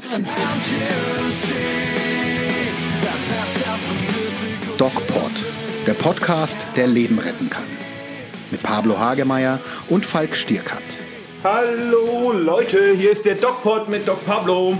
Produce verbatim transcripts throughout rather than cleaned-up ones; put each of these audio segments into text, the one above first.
DocPod, der Podcast, der Leben retten kann. Mit Pablo Hagemeyer und Falk Stierkat. Hallo Leute, hier ist der DocPod mit Doc Pablo.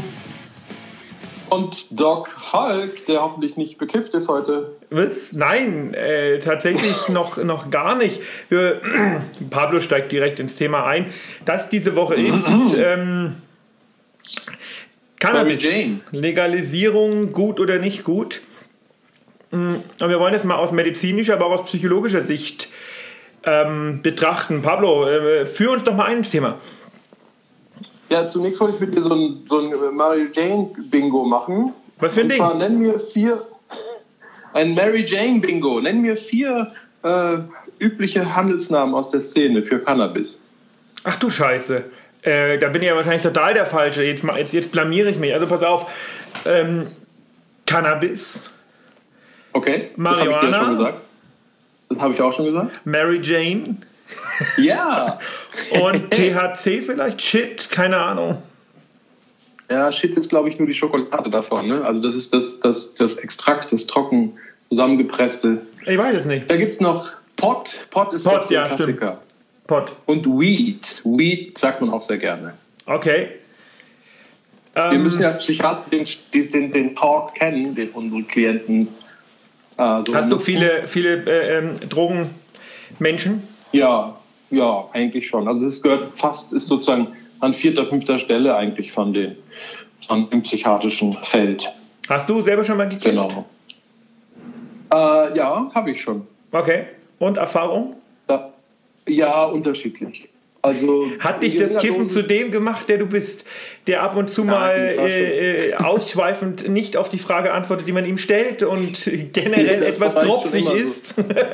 Und Doc Falk, der hoffentlich nicht bekifft ist heute. Was? Nein, äh, tatsächlich noch, noch gar nicht. Wir, Pablo steigt direkt ins Thema ein. Das diese Woche ist ähm, Cannabis. Legalisierung, gut oder nicht gut? Und wir wollen es mal aus medizinischer, aber auch aus psychologischer Sicht ähm, betrachten. Pablo, äh, führ uns doch mal ein ins Thema. Ja, zunächst wollte ich mit dir so ein, so ein Mary Jane Bingo machen. Was für ein Und Ding? zwar nenn mir vier, ein Mary Jane Bingo. Nenn mir vier äh, übliche Handelsnamen aus der Szene für Cannabis. Ach du Scheiße. Äh, da bin ich ja wahrscheinlich total der Falsche. Jetzt, jetzt, jetzt blamiere ich mich. Also pass auf. Ähm, Cannabis. Okay, Marihuana. Das habe ich dir schon gesagt. Das habe ich auch schon gesagt. Mary Jane. Ja. Und T H C vielleicht? Shit, keine Ahnung. Ja, Shit ist, glaube ich, nur die Schokolade davon. Ne? Also das ist das, das, das Extrakt, das trocken zusammengepresste. Ich weiß es nicht. Da gibt es noch Pot. Pot ist Pot, der ja, Klassiker. Stimmt. Pot. Und Weed. Weed sagt man auch sehr gerne. Okay. Wir Ähm, müssen ja als Psychiater den, den, den Talk kennen, den unsere Klienten äh, so hast du nutzen. viele, viele äh, ähm, Drogenmenschen? Ja, ja, eigentlich schon. Also es gehört fast, ist sozusagen an vierter, fünfter Stelle eigentlich von, den, von dem psychiatrischen Feld. Hast du selber schon mal gekifft? Genau. Äh, ja, habe ich schon. Okay. Und Erfahrung? Ja, ja, unterschiedlich. Also, Hat dich das Kiffen zu dem gemacht, der du bist, der ab und zu Nein, mal ich war schon- äh, äh, ausschweifend nicht auf die Frage antwortet, die man ihm stellt und generell Nee, das etwas war ich schon dropsig immer so. ist?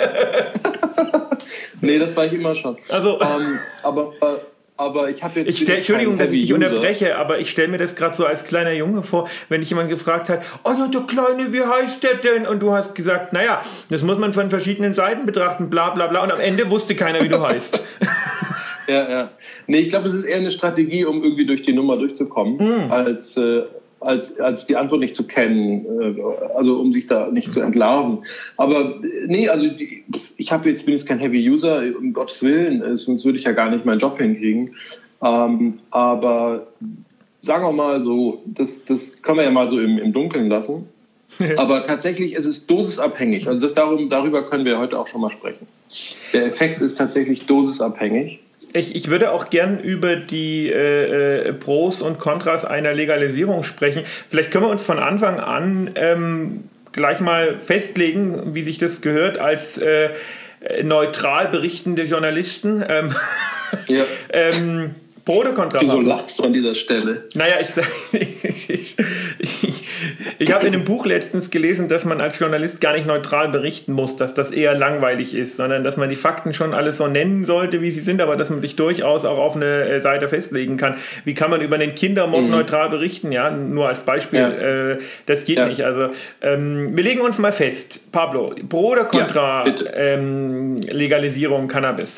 Nee, das war ich immer schon. Also- ähm, aber, äh, aber ich habe jetzt... Ich stell, Entschuldigung, dass ich dich Heavy User. unterbreche, aber ich stelle mir das gerade so als kleiner Junge vor, wenn dich jemand gefragt hat, oh ja, der Kleine, wie heißt der denn? Und du hast gesagt, naja, das muss man von verschiedenen Seiten betrachten, bla bla bla. Und am Ende wusste keiner, wie du heißt. Ja, ja. Nee, ich glaube, es ist eher eine Strategie, um irgendwie durch die Nummer durchzukommen, Mm. als, äh, als, als die Antwort nicht zu kennen, äh, also um sich da nicht zu entlarven. Aber äh, nee, also die, ich habe jetzt, bin jetzt kein Heavy User, um Gottes Willen, äh, sonst würde ich ja gar nicht meinen Job hinkriegen. Ähm, aber sagen wir mal so, das, das können wir ja mal so im, im Dunkeln lassen. Aber tatsächlich ist es dosisabhängig. Also das darum, darüber können wir heute auch schon mal sprechen. Der Effekt ist tatsächlich dosisabhängig. Ich, ich würde auch gern über die äh, äh, Pros und Kontras einer Legalisierung sprechen. Vielleicht können wir uns von Anfang an ähm, gleich mal festlegen, wie sich das gehört, als äh, neutral berichtende Journalisten. Ähm, Ja. ähm, Pro oder Kontra? Du so lachst an dieser Stelle. Naja, ich, ich, ich, ich, ich habe in einem Buch letztens gelesen, dass man als Journalist gar nicht neutral berichten muss, dass das eher langweilig ist, sondern dass man die Fakten schon alles so nennen sollte, wie sie sind, aber dass man sich durchaus auch auf eine Seite festlegen kann. Wie kann man über den Kindermord mhm. neutral berichten? Ja, nur als Beispiel. Ja. Äh, das geht ja. nicht. Also ähm, wir legen uns mal fest. Pablo, pro oder contra ja, ähm, Legalisierung Cannabis?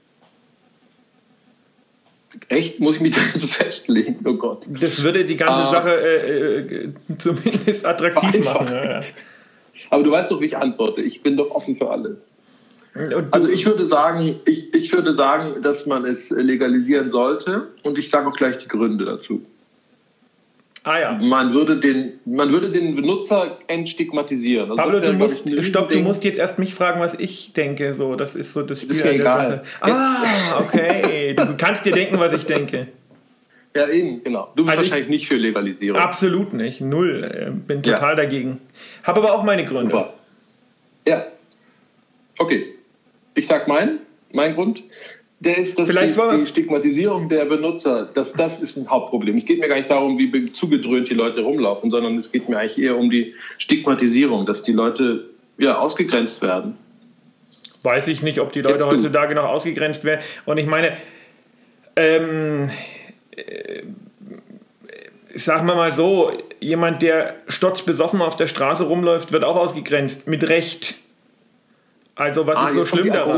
Echt? Muss ich mich da jetzt festlegen? Oh Gott. Das würde die ganze Ah. Sache äh, äh, zumindest attraktiv Einfach. machen. Ja, ja. Aber du weißt doch, wie ich antworte. Ich bin doch offen für alles. Und du, Also ich würde sagen, ich, ich würde sagen, dass man es legalisieren sollte. Und ich sage auch gleich die Gründe dazu. ah ja. Man würde den, man würde den Benutzer entstigmatisieren. Also Pablo, das wäre, du glaub musst, ich, ein stopp, du Riesending. musst jetzt erst mich fragen, was ich denke. So, das ist so das Spiel ist mir an der egal. Sache. Ah, okay. Du kannst dir denken, was ich denke. Ja, eben, genau. Du bist Also ich- wahrscheinlich nicht für Legalisierung. Absolut nicht. Null. Äh, Bin Ja. total dagegen. Habe aber auch meine Gründe. Super. Ja. Okay. Ich sag meinen, mein Grund. Der ist, dass Vielleicht die, wollen wir- die Stigmatisierung der Benutzer, dass das ist ein Hauptproblem. Es geht mir gar nicht darum, wie zugedröhnt die Leute rumlaufen, sondern es geht mir eigentlich eher um die Stigmatisierung, dass die Leute ja ausgegrenzt werden. Weiß ich nicht, ob die Leute Jetzt du. heutzutage noch ausgegrenzt werden. Und ich meine, ähm, äh, sagen wir mal so, jemand, der stotzbesoffen auf der Straße rumläuft, wird auch ausgegrenzt. Mit Recht. Also was Ah, ist so jetzt kommt schlimm die daran? Alkohol-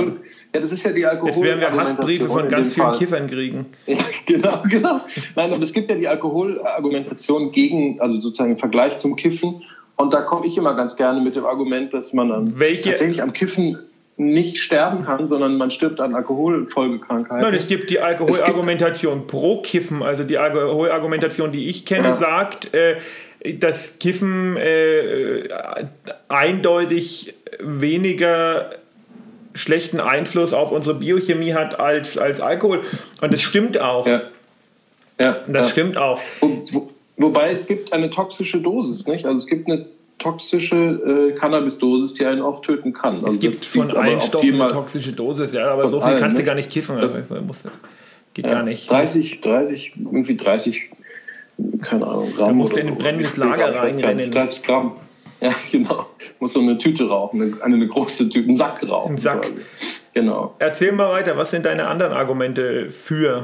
Ja, das ist ja die Alkohol. Jetzt werden wir Hassbriefe von ganz vielen Kiffern kriegen. Ja, genau, genau. Nein, aber es gibt ja die Alkoholargumentation gegen, also sozusagen im Vergleich zum Kiffen. Und da komme ich immer ganz gerne mit dem Argument, dass man dann tatsächlich am Kiffen nicht sterben kann, sondern man stirbt an Alkoholfolgekrankheiten. Nein, es gibt die Alkoholargumentation pro Kiffen. Also die Alkoholargumentation, die ich kenne, ja. sagt, äh, dass Kiffen äh, eindeutig weniger schlechten Einfluss auf unsere Biochemie hat als, als Alkohol. Und das stimmt auch. Ja. Ja, das ja. stimmt auch. Wo, wo, wobei es gibt eine toxische Dosis, nicht? Also es gibt eine toxische äh, Cannabis-Dosis, die einen auch töten kann. Also es gibt von allen Stoffen eine toxische Dosis, ja, aber so viel allen, kannst du gar nicht kiffen. Also, das musst, geht ja, gar nicht. dreißig, dreißig, irgendwie dreißig, keine Ahnung, Gramm. Du musst in ein brennendes Lager reinrennen. dreißig Gramm. Ja, genau. Muss so eine Tüte rauchen, eine, eine große Tüte, einen Sack rauchen. Ein Sack. Quasi. Genau. Erzähl mal weiter, was sind deine anderen Argumente für?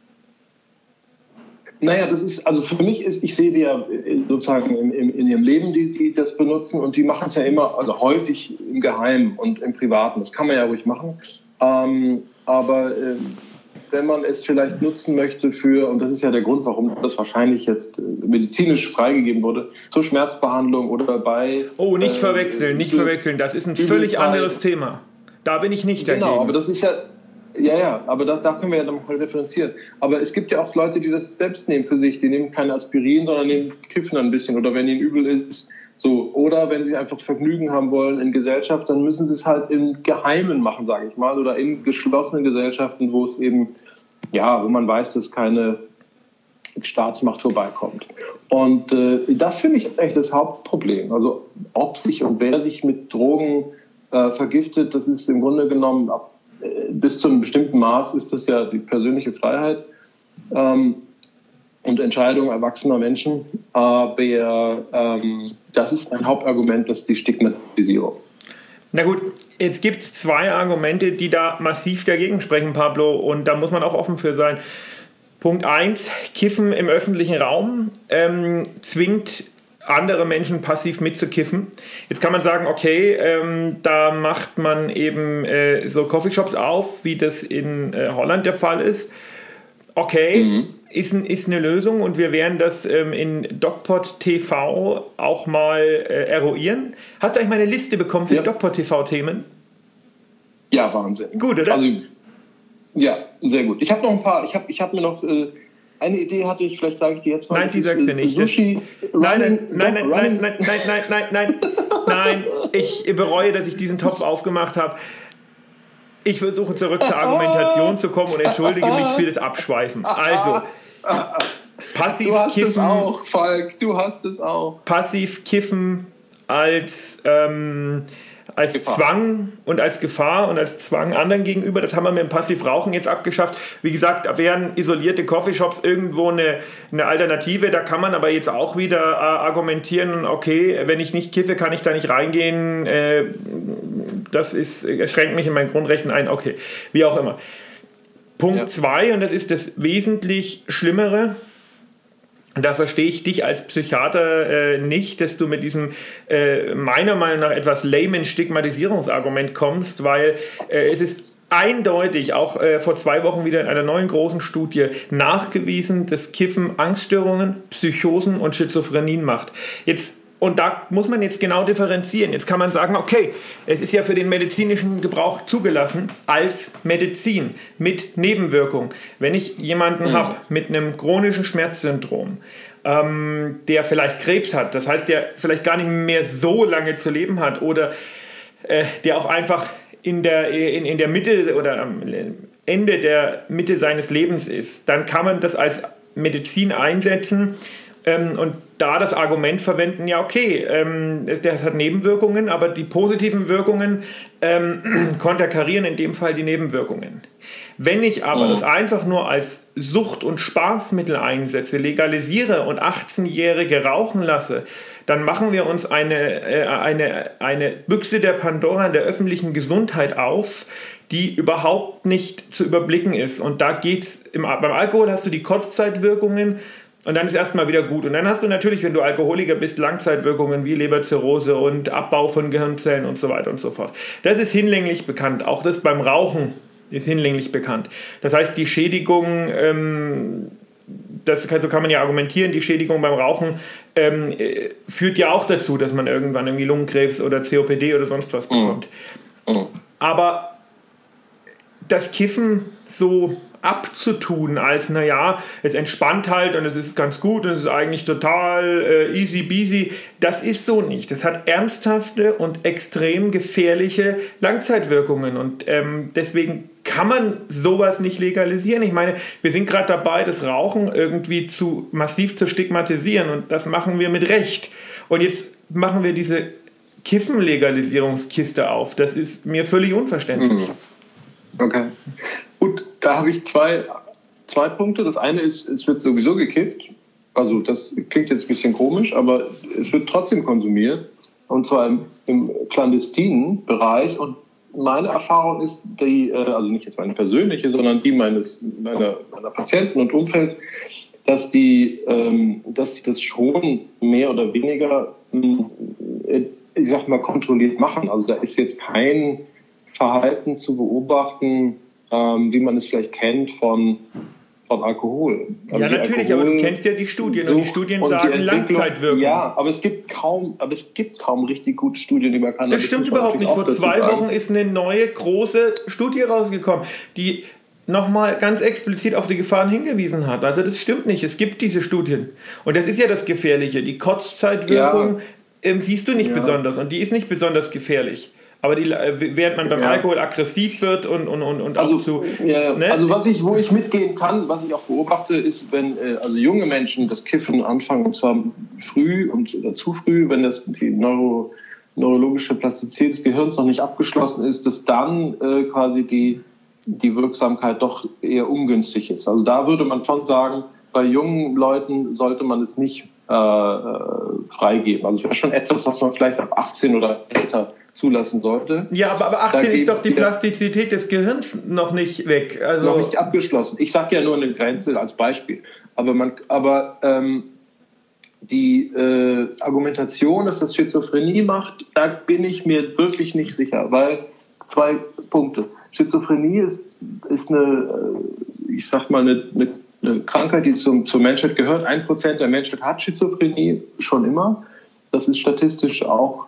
Naja, das ist, also für mich ist, ich sehe die ja sozusagen in, in, in ihrem Leben, die, die das benutzen und die machen es ja immer, also häufig im Geheimen und im Privaten. Das kann man ja ruhig machen. Ähm, aber äh, wenn man es vielleicht nutzen möchte für, und das ist ja der Grund, warum das wahrscheinlich jetzt medizinisch freigegeben wurde, zur Schmerzbehandlung oder bei... Oh, nicht äh, verwechseln, nicht verwechseln. Das ist ein völlig anderes Thema. Da bin ich nicht dagegen. Genau, aber das ist ja... Ja, ja, aber da, da können wir ja dann mal differenzieren. Aber es gibt ja auch Leute, die das selbst nehmen für sich. Die nehmen kein Aspirin, sondern nehmen Kiffen ein bisschen. Oder wenn ihnen übel ist, so. Oder wenn sie einfach Vergnügen haben wollen in Gesellschaft, dann müssen sie es halt im Geheimen machen, sage ich mal. Oder in geschlossenen Gesellschaften, wo es eben, ja, wo man weiß, dass keine Staatsmacht vorbeikommt. Und äh, das finde ich echt das Hauptproblem. Also ob sich und wer sich mit Drogen äh, vergiftet, das ist im Grunde genommen ab bis zu einem bestimmten Maß ist das ja die persönliche Freiheit ähm, und Entscheidung erwachsener Menschen. Aber ähm, das ist ein Hauptargument, das ist die Stigmatisierung. Na gut, jetzt gibt es zwei Argumente, die da massiv dagegen sprechen, Pablo, und da muss man auch offen für sein. Punkt eins, Kiffen im öffentlichen Raum ähm, zwingt andere Menschen passiv mitzukiffen. Jetzt kann man sagen, okay, ähm, da macht man eben äh, so Coffeeshops auf, wie das in äh, Holland der Fall ist. Okay, mhm. ist, ist eine Lösung und wir werden das ähm, in DocPod T V auch mal äh, eruieren. Hast du eigentlich meine Liste bekommen für ja. die DocPod T V-Themen? Ja, Wahnsinn. Gut, oder? Also, ja, sehr gut. Ich habe noch ein paar, ich habe ich hab mir noch... Äh, Eine Idee hatte ich, vielleicht sage ich die jetzt mal. Nein, die sagst du nicht. Sushi, nein, nein, nein, nein, nein, nein, nein, nein, nein, nein, nein. Ich bereue, dass ich diesen Topf aufgemacht habe. Ich versuche zurück zur Argumentation zu kommen und entschuldige mich für das Abschweifen. Also, passiv du hast kiffen. es auch, Falk, du hast es auch. Passiv kiffen als, ähm, als Zwang und als Gefahr und als Zwang anderen gegenüber, das haben wir mit dem Passivrauchen jetzt abgeschafft. Wie gesagt, da wären isolierte Coffeeshops irgendwo eine, eine Alternative, da kann man aber jetzt auch wieder äh, argumentieren, okay, wenn ich nicht kiffe, kann ich da nicht reingehen, äh, das ist, schränkt mich in meinen Grundrechten ein, okay, wie auch immer. Punkt zwei, ja. Und das ist das wesentlich Schlimmere, da verstehe ich dich als Psychiater äh, nicht, dass du mit diesem äh, meiner Meinung nach etwas lamen Stigmatisierungsargument kommst, weil äh, es ist eindeutig, auch äh, vor zwei Wochen wieder in einer neuen großen Studie nachgewiesen, dass Kiffen Angststörungen, Psychosen und Schizophrenien macht. Jetzt Und da muss man jetzt genau differenzieren. Jetzt kann man sagen, okay, es ist ja für den medizinischen Gebrauch zugelassen als Medizin mit Nebenwirkung. Wenn ich jemanden mhm. habe mit einem chronischen Schmerzsyndrom, ähm, der vielleicht Krebs hat, das heißt, der vielleicht gar nicht mehr so lange zu leben hat oder äh, der auch einfach in der, in, in der Mitte oder am Ende der Mitte seines Lebens ist, dann kann man das als Medizin einsetzen. Ähm, und da das Argument verwenden, ja okay, ähm, das hat Nebenwirkungen, aber die positiven Wirkungen ähm, konterkarieren in dem Fall die Nebenwirkungen. Wenn ich aber mhm. das einfach nur als Sucht- und Spaßmittel einsetze, legalisiere und achtzehnjährige rauchen lasse, dann machen wir uns eine, äh, eine, eine Büchse der Pandora in der öffentlichen Gesundheit auf, die überhaupt nicht zu überblicken ist. Und da geht's, im, beim Alkohol hast du die Kurzzeitwirkungen, Und dann ist erstmal wieder gut. Und dann hast du natürlich, wenn du Alkoholiker bist, Langzeitwirkungen wie Leberzirrhose und Abbau von Gehirnzellen und so weiter und so fort. Das ist hinlänglich bekannt. Auch das beim Rauchen ist hinlänglich bekannt. Das heißt, die Schädigung, ähm, das kann, so kann man ja argumentieren, die Schädigung beim Rauchen ähm, äh, führt ja auch dazu, dass man irgendwann irgendwie Lungenkrebs oder C O P D oder sonst was bekommt. Mhm. Mhm. Aber das Kiffen so abzutun als, naja, es entspannt halt und es ist ganz gut und es ist eigentlich total äh, easy beasy, das ist so nicht. Das hat ernsthafte und extrem gefährliche Langzeitwirkungen und ähm, deswegen kann man sowas nicht legalisieren. Ich meine, wir sind gerade dabei, das Rauchen irgendwie zu massiv zu stigmatisieren und das machen wir mit Recht. Und jetzt machen wir diese Kiffen-Legalisierungskiste auf. Das ist mir völlig unverständlich. Okay. Gut, da habe ich zwei, zwei Punkte. Das eine ist, es wird sowieso gekifft. Also das klingt jetzt ein bisschen komisch, aber es wird trotzdem konsumiert. Und zwar im, im clandestinen Bereich. Und meine Erfahrung ist, die, also nicht jetzt meine persönliche, sondern die meines, meiner, meiner Patienten und Umfeld, dass die, ähm, dass die das schon mehr oder weniger, ich sag mal, kontrolliert machen. Also da ist jetzt kein Verhalten zu beobachten, ähm, wie man es vielleicht kennt von, von Alkohol. Also ja, natürlich, aber du kennst ja die Studien und die Studien und sagen die Langzeitwirkung. Ja, aber es gibt kaum, aber es gibt kaum richtig gute Studien über Cannabis. Das stimmt überhaupt nicht. Vor zwei Wochen ist eine neue große Studie rausgekommen, die nochmal ganz explizit auf die Gefahren hingewiesen hat. Also das stimmt nicht. Es gibt diese Studien. Und das ist ja das Gefährliche. Die Kurzzeitwirkung ja. ähm, siehst du nicht ja. besonders und die ist nicht besonders gefährlich. Aber die, während man beim ja. Alkohol aggressiv wird und, und, und, und also, auch zu... Ja, ne? Also was ich, wo ich mitgehen kann, was ich auch beobachte, ist, wenn also junge Menschen das Kiffen anfangen, und zwar früh und oder zu früh, wenn das die Neuro, neurologische Plastizität des Gehirns noch nicht abgeschlossen ist, dass dann äh, quasi die, die Wirksamkeit doch eher ungünstig ist. Also da würde man schon sagen, bei jungen Leuten sollte man es nicht äh, freigeben. Also es wäre schon etwas, was man vielleicht ab achtzehn oder älter zulassen sollte. Ja, aber, aber achtzehn ist doch die Plastizität des Gehirns noch nicht weg. Also noch nicht abgeschlossen. Ich sage ja nur eine Grenze als Beispiel. Aber, man, aber ähm, die äh, Argumentation, dass das Schizophrenie macht, da bin ich mir wirklich nicht sicher. Weil zwei Punkte. Schizophrenie ist, ist eine, ich sag mal, eine, eine, eine Krankheit, die zum, zur Menschheit gehört. Ein Prozent der Menschheit hat Schizophrenie schon immer. Das ist statistisch auch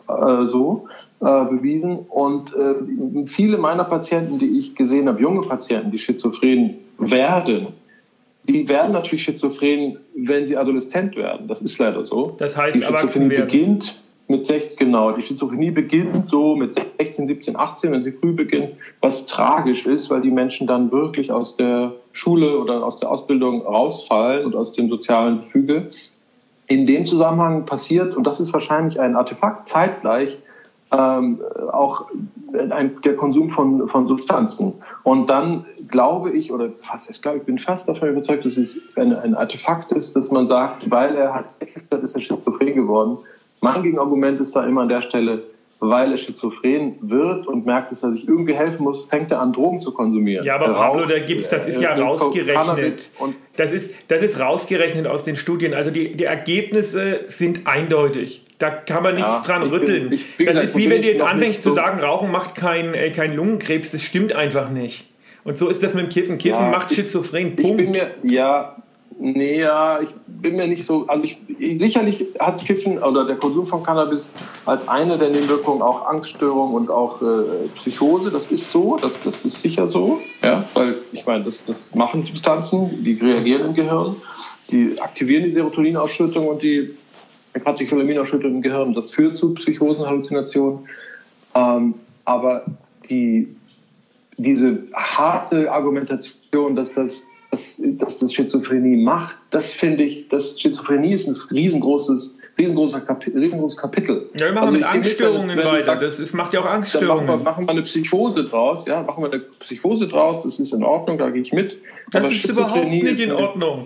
so äh, bewiesen. Und äh, viele meiner Patienten, die ich gesehen habe, junge Patienten, die schizophren werden, die werden natürlich schizophren, wenn sie adoleszent werden. Das ist leider so. Das heißt, die Schizophrenie beginnt mit sechzehn, genau, die Schizophrenie beginnt so mit sechzehn, siebzehn, achtzehn, wenn sie früh beginnt, was tragisch ist, weil die Menschen dann wirklich aus der Schule oder aus der Ausbildung rausfallen und aus dem sozialen Gefüge. In dem Zusammenhang passiert, und das ist wahrscheinlich ein Artefakt, zeitgleich ähm, auch ein, der Konsum von, von Substanzen. Und dann glaube ich, oder fast, ich glaube, ich bin fast davon überzeugt, dass es ein, ein Artefakt ist, dass man sagt, weil er hat gekifft hat, ist er schizophren geworden. Mein Gegenargument ist da immer an der Stelle, weil er schizophren wird und merkt, dass er sich irgendwie helfen muss, fängt er an, Drogen zu konsumieren. Ja, aber Pablo, da gibt's, das ist ja rausgerechnet. Das ist, das ist rausgerechnet aus den Studien. Also die, die Ergebnisse sind eindeutig. Da kann man nichts ja, dran rütteln. Bin, ich, das gesagt, ist wie wenn du jetzt anfängst zu so sagen, Rauchen macht keinen äh, kein Lungenkrebs. Das stimmt einfach nicht. Und so ist das mit dem Kiffen. Kiffen ja, macht Schizophren. Ich, Punkt. Ich bin mir, ja, nee, ja, ich bin mir nicht so, also ich, sicherlich hat Kiffen oder der Konsum von Cannabis als eine der Nebenwirkungen auch Angststörung und auch äh, Psychose. Das ist so, das, das ist sicher so, ja, weil ich meine, das, das machen Substanzen, die reagieren im Gehirn, die aktivieren die Serotoninausschüttung und die Katecholaminausschüttung im Gehirn. Das führt zu Psychosen, Halluzinationen. Ähm, aber die, diese harte Argumentation, dass das Dass, dass das Schizophrenie macht, das finde ich, das Schizophrenie ist ein riesengroßes, riesengroßes, Kapi- riesengroßes Kapitel. Ja, wir machen also mit Angststörungen mit, weiter. Sag, das ist, macht ja auch Angststörungen. Dann machen wir, machen wir eine Psychose draus, ja, machen wir eine Psychose draus, das ist in Ordnung, da gehe ich mit. Das aber ist überhaupt nicht in Ordnung.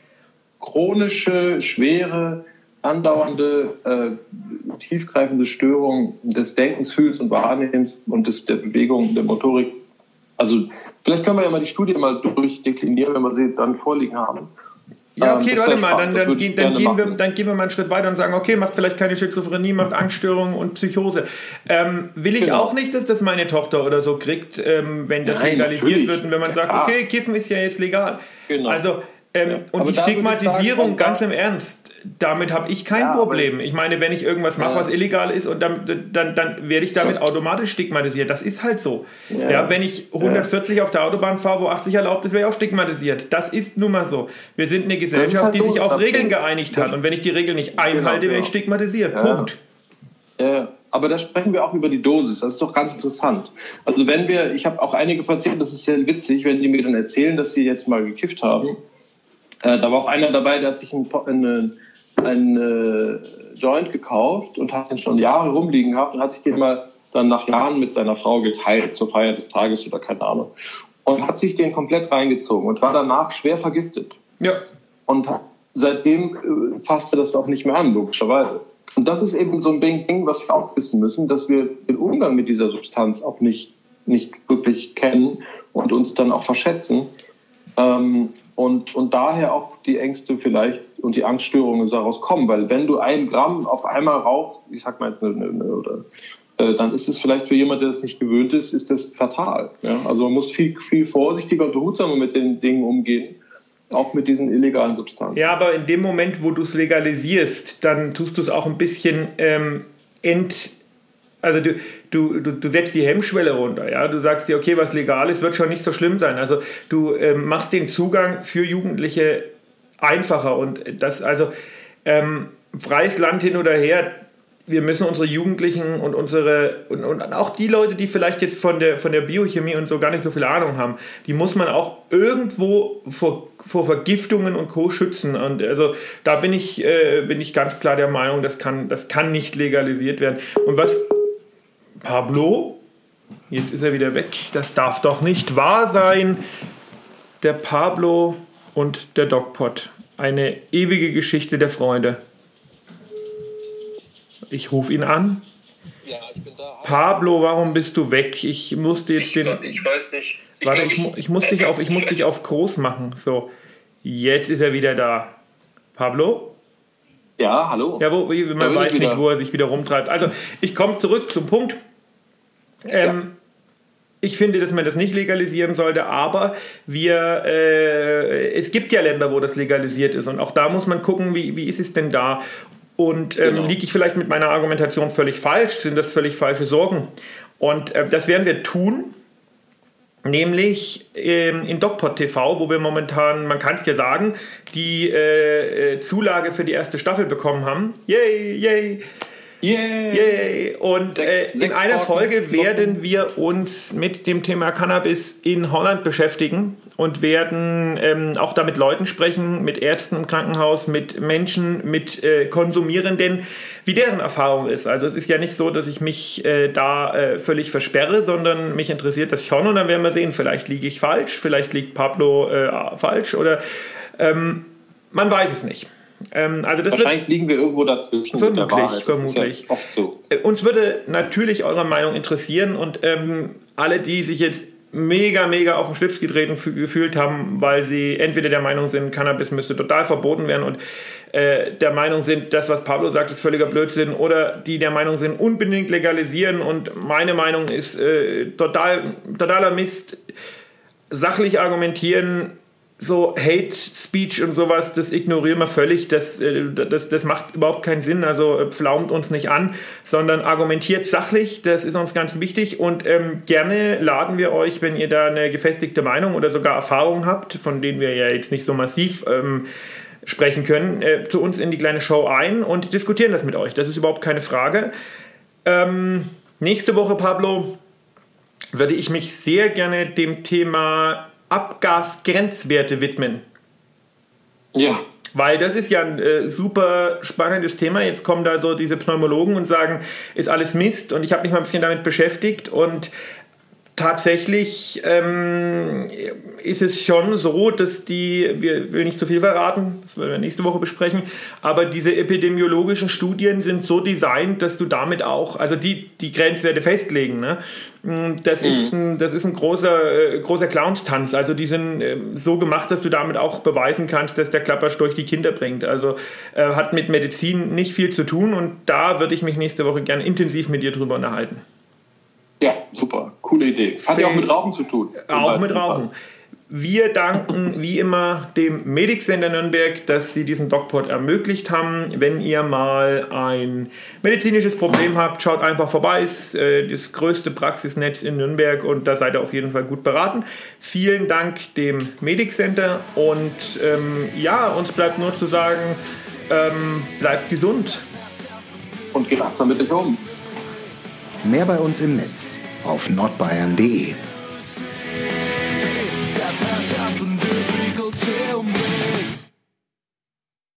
Chronische, schwere, andauernde, äh, tiefgreifende Störung des Denkens, Fühlens und Wahrnehmens und des, der Bewegung, der Motorik. Also vielleicht können wir ja mal die Studie mal durchdeklinieren, wenn wir sie dann vorliegen haben. Ja, okay, ähm, warte mal, dann, dann, gehen, dann, gehen wir, machen. dann gehen wir mal einen Schritt weiter und sagen, okay, macht vielleicht keine Schizophrenie, macht Angststörungen und Psychose. Ähm, will ich Genau. auch nicht, dass das meine Tochter oder so kriegt, ähm, wenn das Nein, legalisiert natürlich. wird und wenn man Ja, sagt, klar. okay, Kiffen ist ja jetzt legal. Genau. Also, ähm, Ja. und Aber die da würde ich sagen, Stigmatisierung, und da- ganz im Ernst, damit habe ich kein Ja, aber Problem. das- Ich meine, wenn ich irgendwas mache, Ja. was illegal ist, und dann, dann, dann werde ich damit automatisch stigmatisiert. Das ist halt so. Ja. Ja. wenn ich hundertvierzig auf der Autobahn fahre, wo achtzig erlaubt ist, wäre ich auch stigmatisiert. Das ist nun mal so. Wir sind eine Gesellschaft, halt die sich los, auf das Regeln Ding. geeinigt hat. Und wenn ich die Regeln nicht einhalte, genau. wäre ich stigmatisiert. Ja. Punkt. Ja, aber da sprechen wir auch über die Dosis. Das ist doch ganz interessant. Also wenn wir, ich habe auch einige Patienten, das ist sehr witzig, wenn die mir dann erzählen, dass sie jetzt mal gekifft haben. Äh, da war auch einer dabei, der hat sich einen, einen, einen äh, Joint gekauft und hat den schon Jahre rumliegen gehabt und hat sich den mal dann nach Jahren mit seiner Frau geteilt zur Feier des Tages oder keine Ahnung. Und hat sich den komplett reingezogen und war danach schwer vergiftet. Ja. Und seitdem äh, fasste das auch nicht mehr an, logischerweise. Und das ist eben so ein Ding, was wir auch wissen müssen, dass wir den Umgang mit dieser Substanz auch nicht, nicht wirklich kennen und uns dann auch verschätzen. Ähm, und, und daher auch die Ängste vielleicht und die Angststörungen daraus kommen. Weil wenn du ein Gramm auf einmal rauchst, ich sag mal jetzt eine, eine, oder äh, dann ist es vielleicht für jemanden, der das nicht gewöhnt ist, ist das fatal. Ja? Also man muss viel, viel vorsichtiger und behutsamer mit den Dingen umgehen. Auch mit diesen illegalen Substanzen. Ja, aber in dem Moment, wo du es legalisierst, dann tust du es auch ein bisschen ähm, ent... Also du, du, du, du setzt die Hemmschwelle runter. Ja? Du sagst dir, okay, was legal ist, wird schon nicht so schlimm sein. Also du ähm, machst den Zugang für Jugendliche einfacher. Und das, also ähm, freies Land hin oder her, wir müssen unsere Jugendlichen und unsere und, und auch die Leute, die vielleicht jetzt von der, von der Biochemie und so gar nicht so viel Ahnung haben, die muss man auch irgendwo vor, vor Vergiftungen und Co. schützen. Und also da bin ich, äh, bin ich ganz klar der Meinung, das kann, das kann nicht legalisiert werden. Und was Pablo, jetzt ist er wieder weg, das darf doch nicht wahr sein. Der Pablo und der DocPod. Eine ewige Geschichte der Freude. Ich rufe ihn an. Ja, ich bin da. Pablo, warum bist du weg? Ich musste jetzt Ich, den... ich weiß nicht. Ich Warte, glaub, ich, mu- ich, muss dich auf, ich muss dich auf groß machen. So, jetzt ist er wieder da. Pablo? Ja, hallo. Ja, wo, Da man bin weiß ich wieder. nicht, wo er sich wieder rumtreibt. Also, ich komme zurück zum Punkt. Ähm, Ich finde, dass man das nicht legalisieren sollte, aber wir, äh, es gibt ja Länder, wo das legalisiert ist und auch da muss man gucken, wie, wie ist es denn da? Und ähm, Genau. liege ich vielleicht mit meiner Argumentation völlig falsch? Sind das völlig falsche Sorgen? Und äh, das werden wir tun, nämlich ähm, in DocPod T V, wo wir momentan, man kann es ja sagen, die äh, äh, Zulage für die erste Staffel bekommen haben. Yay, yay! Yay. Yay! Und äh, Sechs- in sechs einer Sorten. Folge werden wir uns mit dem Thema Cannabis in Holland beschäftigen und werden ähm, auch da mit Leuten sprechen, mit Ärzten im Krankenhaus, mit Menschen, mit äh, Konsumierenden, wie deren Erfahrung ist. Also es ist ja nicht so, dass ich mich äh, da äh, völlig versperre, sondern mich interessiert das schon und dann werden wir sehen, vielleicht liege ich falsch, vielleicht liegt Pablo äh, falsch oder ähm, man weiß es nicht. Ähm, also das wird, Wahrscheinlich liegen wir irgendwo dazwischen. Vermutlich, mit der Wahrheit. Das vermutlich. Ist ja oft so. Äh, Uns würde natürlich eure Meinung interessieren und ähm, alle, die sich jetzt mega, mega auf den Schlips getreten fü- gefühlt haben, weil sie entweder der Meinung sind, Cannabis müsste total verboten werden und äh, der Meinung sind, das, was Pablo sagt, ist völliger Blödsinn oder die der Meinung sind, unbedingt legalisieren und meine Meinung ist äh, total, totaler Mist, sachlich argumentieren, so Hate Speech und sowas, das ignorieren wir völlig, das, äh, das, das macht überhaupt keinen Sinn, also äh, pflaumt uns nicht an, sondern argumentiert sachlich, das ist uns ganz wichtig und ähm, gerne laden wir euch, wenn ihr da eine gefestigte Meinung oder sogar Erfahrung habt, von denen wir ja jetzt nicht so massiv ähm, sprechen können, äh, zu uns in die kleine Show ein und diskutieren das mit euch, das ist überhaupt keine Frage. Ähm, nächste Woche, Pablo, würde ich mich sehr gerne dem Thema Abgasgrenzwerte widmen. Ja. Weil das ist ja ein äh, super spannendes Thema. Jetzt kommen da so diese Pneumologen und sagen, ist alles Mist. Und ich habe mich mal ein bisschen damit beschäftigt. Und tatsächlich ähm, ist es schon so, dass die, wir will nicht zu viel verraten, das werden wir nächste Woche besprechen, aber diese epidemiologischen Studien sind so designt, dass du damit auch, also die, die Grenzwerte festlegen, ne? Das mhm. ist ein, das ist ein großer, äh, großer Clownstanz. Also die sind äh, so gemacht, dass du damit auch beweisen kannst, dass der Klapperstorch die Kinder bringt. Also äh, hat mit Medizin nicht viel zu tun und da würde ich mich nächste Woche gerne intensiv mit dir drüber unterhalten. Ja, super. Coole Idee. Hat ja auch mit Rauchen zu tun. Auch mit Rauchen. Wir danken wie immer dem Medic Center Nürnberg, dass sie diesen DocPod ermöglicht haben. Wenn ihr mal ein medizinisches Problem habt, schaut einfach vorbei. Es ist äh, das größte Praxisnetz in Nürnberg und da seid ihr auf jeden Fall gut beraten. Vielen Dank dem Medic Center und ähm, ja, uns bleibt nur zu sagen, ähm, bleibt gesund. Und geht achtsam mit euch um. Mehr bei uns im Netz auf nordbayern punkt de.